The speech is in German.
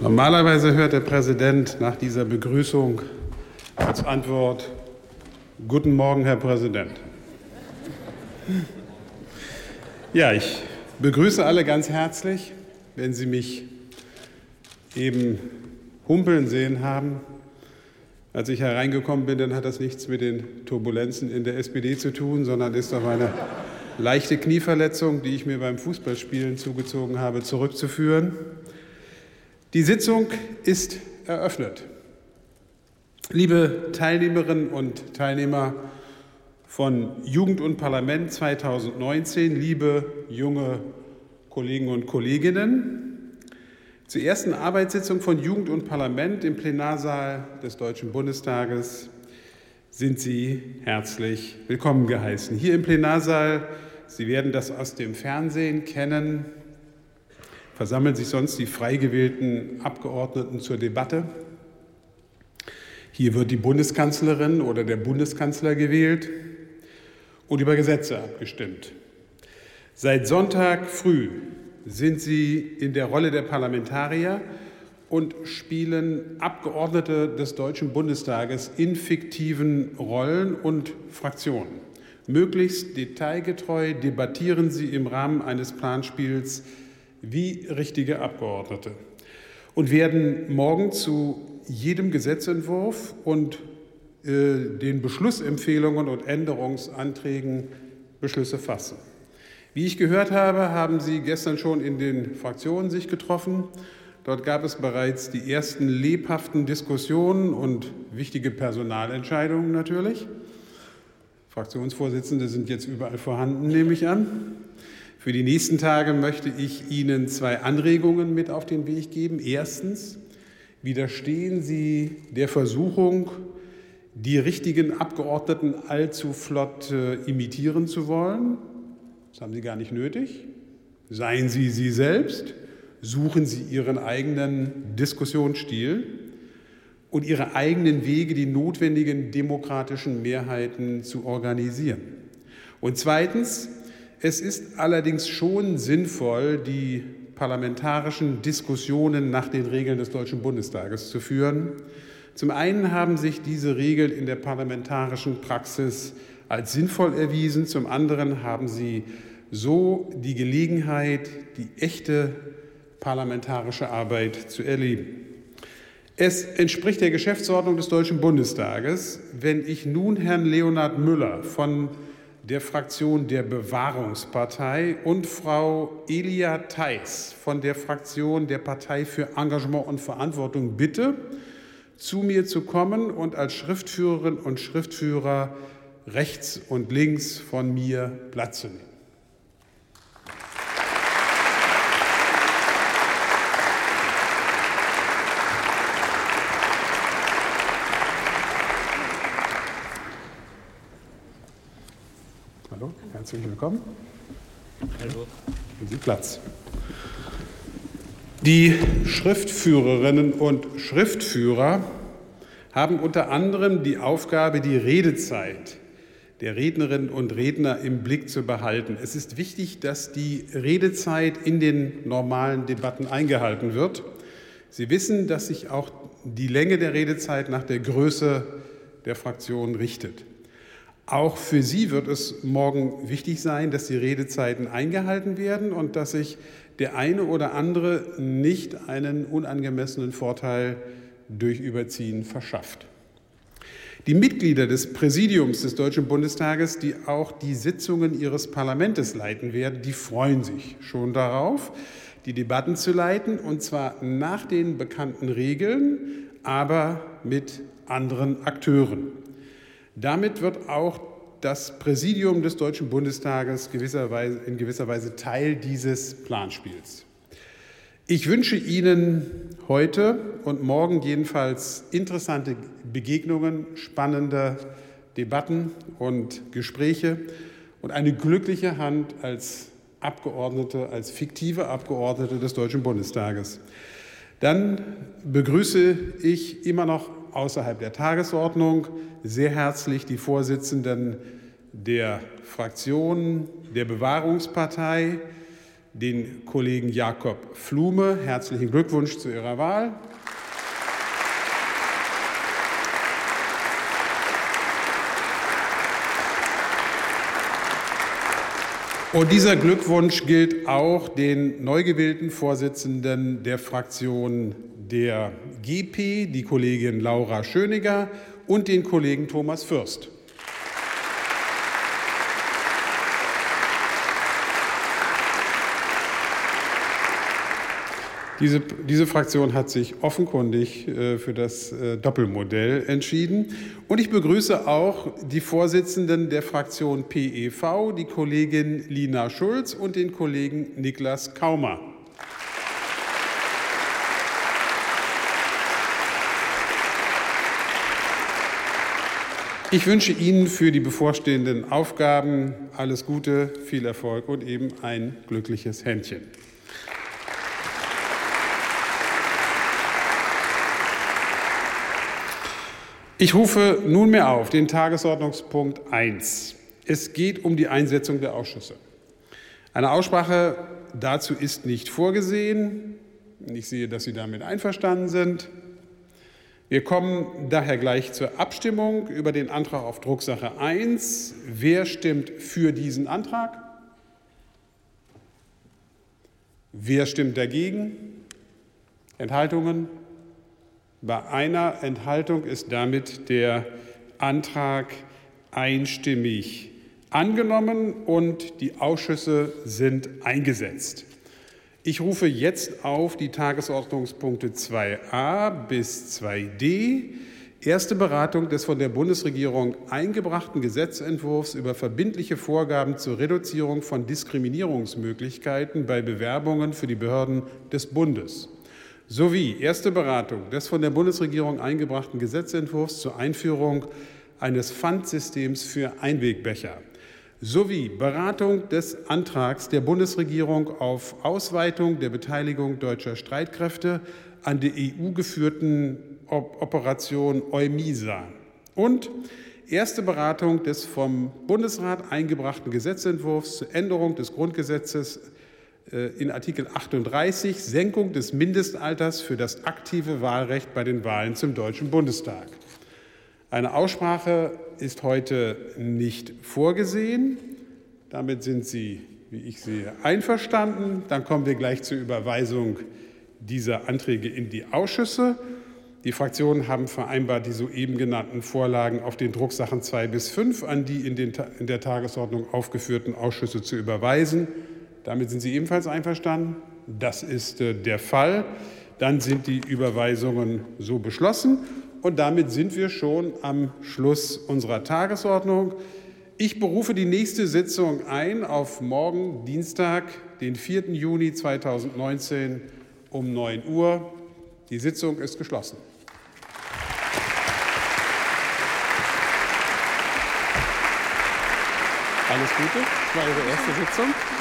Normalerweise hört der Präsident nach dieser Begrüßung als Antwort: Guten Morgen, Herr Präsident. Ja, ich begrüße alle ganz herzlich. Wenn Sie mich eben humpeln sehen haben, als ich hereingekommen bin, dann hat das nichts mit den Turbulenzen in der SPD zu tun, sondern ist auf eine leichte Knieverletzung, die ich mir beim Fußballspielen zugezogen habe, zurückzuführen. Die Sitzung ist eröffnet. Liebe Teilnehmerinnen und Teilnehmer von Jugend und Parlament 2019, liebe junge Kollegen und Kolleginnen, zur ersten Arbeitssitzung von Jugend und Parlament im Plenarsaal des Deutschen Bundestages sind Sie herzlich willkommen geheißen. Hier im Plenarsaal, Sie werden das aus dem Fernsehen kennen, versammeln sich sonst die frei gewählten Abgeordneten zur Debatte. Hier wird die Bundeskanzlerin oder der Bundeskanzler gewählt und über Gesetze abgestimmt. Seit Sonntag früh sind Sie in der Rolle der Parlamentarier und spielen Abgeordnete des Deutschen Bundestages in fiktiven Rollen und Fraktionen. Möglichst detailgetreu debattieren Sie im Rahmen eines Planspiels wie richtige Abgeordnete und werden morgen zu jedem Gesetzentwurf und den Beschlussempfehlungen und Änderungsanträgen Beschlüsse fassen. Wie ich gehört habe, haben Sie gestern schon in den Fraktionen sich getroffen. Dort gab es bereits die ersten lebhaften Diskussionen und wichtige Personalentscheidungen natürlich. Fraktionsvorsitzende sind jetzt überall vorhanden, nehme ich an. Für die nächsten Tage möchte ich Ihnen 2 Anregungen mit auf den Weg geben. Erstens, widerstehen Sie der Versuchung, die richtigen Abgeordneten allzu flott imitieren zu wollen. Das haben Sie gar nicht nötig. Seien Sie Sie selbst, suchen Sie Ihren eigenen Diskussionsstil und Ihre eigenen Wege, die notwendigen demokratischen Mehrheiten zu organisieren. Und zweitens, es ist allerdings schon sinnvoll, die parlamentarischen Diskussionen nach den Regeln des Deutschen Bundestages zu führen. Zum einen haben sich diese Regeln in der parlamentarischen Praxis als sinnvoll erwiesen, zum anderen haben sie so die Gelegenheit, die echte parlamentarische Arbeit zu erleben. Es entspricht der Geschäftsordnung des Deutschen Bundestages, wenn ich nun Herrn Leonhard Müller von der Fraktion der Bewahrungspartei und Frau Elia Theis von der Fraktion der Partei für Engagement und Verantwortung bitte, zu mir zu kommen und als Schriftführerin und Schriftführer rechts und links von mir Platz zu nehmen. Hallo, herzlich willkommen. Hallo. Nehmen Sie Platz. Die Schriftführerinnen und Schriftführer haben unter anderem die Aufgabe, die Redezeit der Rednerinnen und Redner im Blick zu behalten. Es ist wichtig, dass die Redezeit in den normalen Debatten eingehalten wird. Sie wissen, dass sich auch die Länge der Redezeit nach der Größe der Fraktion richtet. Auch für Sie wird es morgen wichtig sein, dass die Redezeiten eingehalten werden und dass sich der eine oder andere nicht einen unangemessenen Vorteil durch Überziehen verschafft. Die Mitglieder des Präsidiums des Deutschen Bundestages, die auch die Sitzungen ihres Parlaments leiten werden, die freuen sich schon darauf, die Debatten zu leiten, und zwar nach den bekannten Regeln, aber mit anderen Akteuren. Damit wird auch das Präsidium des Deutschen Bundestages in gewisser Weise Teil dieses Planspiels. Ich wünsche Ihnen heute und morgen jedenfalls interessante Begegnungen, spannende Debatten und Gespräche und eine glückliche Hand als Abgeordnete, als fiktive Abgeordnete des Deutschen Bundestages. Dann begrüße ich immer noch außerhalb der Tagesordnung sehr herzlich die Vorsitzenden der Fraktionen der Bewahrungspartei den Kollegen Jakob Flume. Herzlichen Glückwunsch zu Ihrer Wahl. Und dieser Glückwunsch gilt auch den neu gewählten Vorsitzenden der Fraktion der GP, die Kollegin Laura Schöniger, und den Kollegen Thomas Fürst. Diese Fraktion hat sich offenkundig für das Doppelmodell entschieden. Und ich begrüße auch die Vorsitzenden der Fraktion PEV, die Kollegin Lina Schulz und den Kollegen Niklas Kaumer. Ich wünsche Ihnen für die bevorstehenden Aufgaben alles Gute, viel Erfolg und eben ein glückliches Händchen. Ich rufe nunmehr auf den Tagesordnungspunkt 1. Es geht um die Einsetzung der Ausschüsse. Eine Aussprache dazu ist nicht vorgesehen. Ich sehe, dass Sie damit einverstanden sind. Wir kommen daher gleich zur Abstimmung über den Antrag auf Drucksache 1. Wer stimmt für diesen Antrag? Wer stimmt dagegen? Enthaltungen? Bei einer Enthaltung ist damit der Antrag einstimmig angenommen und die Ausschüsse sind eingesetzt. Ich rufe jetzt auf die Tagesordnungspunkte 2a bis 2d. Erste Beratung des von der Bundesregierung eingebrachten Gesetzentwurfs über verbindliche Vorgaben zur Reduzierung von Diskriminierungsmöglichkeiten bei Bewerbungen für die Behörden des Bundes. Sowie erste Beratung des von der Bundesregierung eingebrachten Gesetzentwurfs zur Einführung eines Pfandsystems für Einwegbecher sowie Beratung des Antrags der Bundesregierung auf Ausweitung der Beteiligung deutscher Streitkräfte an der EU-geführten Operation EUMISA und erste Beratung des vom Bundesrat eingebrachten Gesetzentwurfs zur Änderung des Grundgesetzes in Artikel 38, Senkung des Mindestalters für das aktive Wahlrecht bei den Wahlen zum Deutschen Bundestag. Eine Aussprache ist heute nicht vorgesehen. Damit sind Sie, wie ich sehe, einverstanden. Dann kommen wir gleich zur Überweisung dieser Anträge in die Ausschüsse. Die Fraktionen haben vereinbart, die soeben genannten Vorlagen auf den Drucksachen 2 bis 5 an die in der Tagesordnung aufgeführten Ausschüsse zu überweisen. Damit sind Sie ebenfalls einverstanden? Das ist der Fall. Dann sind die Überweisungen so beschlossen. Und damit sind wir schon am Schluss unserer Tagesordnung. Ich berufe die nächste Sitzung ein auf morgen, Dienstag, den 4. Juni 2019 um 9 Uhr. Die Sitzung ist geschlossen. Alles Gute. Das war Ihre erste Sitzung.